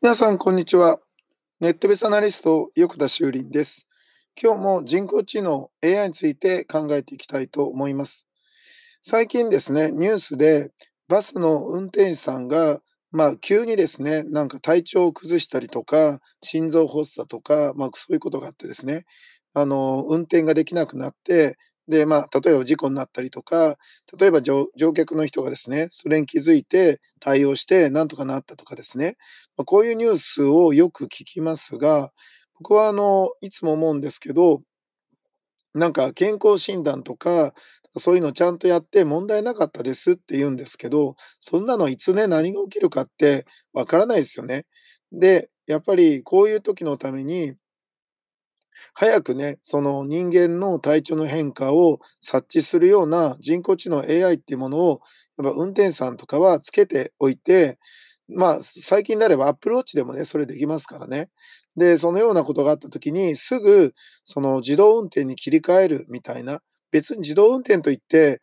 皆さん、こんにちは。ネットベースアナリスト、横田修林です。今日も人工知能 AI について考えていきたいと思います。最近ですね、ニュースでバスの運転手さんが、急にですね、なんか体調を崩したりとか、心臓発作とか、そういうことがあってですね、運転ができなくなって、で、例えば事故になったりとか、例えば乗客の人がですね、それに気づいて対応してなんとかなったとかですね、こういうニュースをよく聞きますが、僕はいつも思うんですけど、なんか健康診断とか、そういうのちゃんとやって問題なかったですって言うんですけど、そんなのいつね、何が起きるかってわからないですよね。で、やっぱりこういう時のために、早くね、その人間の体調の変化を察知するような人工知能 AI っていうものを、やっぱ運転手さんとかはつけておいて、最近であれば Apple Watch でもね、それできますからね。で、そのようなことがあった時に、すぐその自動運転に切り替えるみたいな、別に自動運転といって、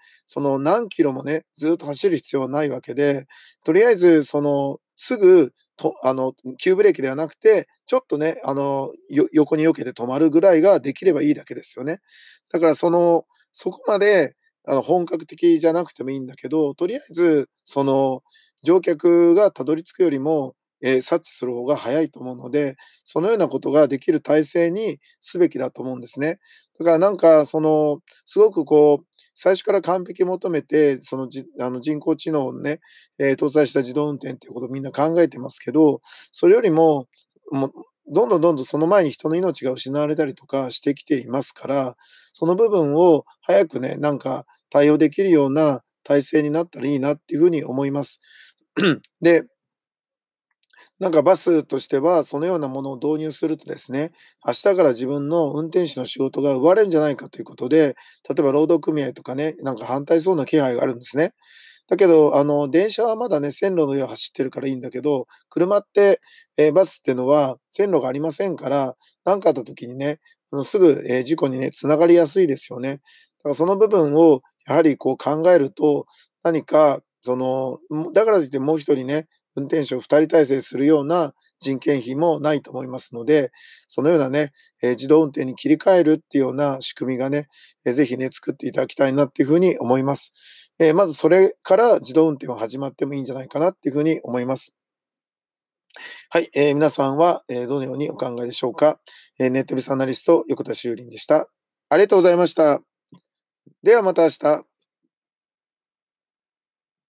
その何キロもね、ずっと走る必要はないわけで、とりあえずすぐ、急ブレーキではなくて、ちょっとね、横に避けて止まるぐらいができればいいだけですよね。だからそこまで、本格的じゃなくてもいいんだけど、とりあえず、乗客がたどり着くよりも、察知する方が早いと思うので、そのようなことができる体制にすべきだと思うんですね。だからなんか、すごく最初から完璧求めて、人工知能をね、搭載した自動運転っていうことをみんな考えてますけど、それよりも、もう、どんどんその前に人の命が失われたりとかしてきていますから、その部分を早くね、なんか対応できるような体制になったらいいなっていうふうに思います。で、なんかバスとしては、そのようなものを導入するとですね、明日から自分の運転手の仕事が奪われるんじゃないかということで、例えば労働組合とかね、なんか反対そうな気配があるんですね。だけど、電車はまだね、線路の上を走ってるからいいんだけど、車って、バスっていうのは線路がありませんから、なんかあった時にね、すぐ、事故にね、繋がりやすいですよね。だからその部分をやはり考えると、何かだからといってもう一人ね、運転手を2人体制するような人件費もないと思いますので、そのようなね、自動運転に切り替えるっていうような仕組みがね、ぜひね、作っていただきたいなっていう風に思います。まずそれから自動運転は始まってもいいんじゃないかなっていう風に思います。はい、皆さんは、どのようにお考えでしょうか。ネットビスアナリスト、横田修林でした。ありがとうございました。ではまた明日。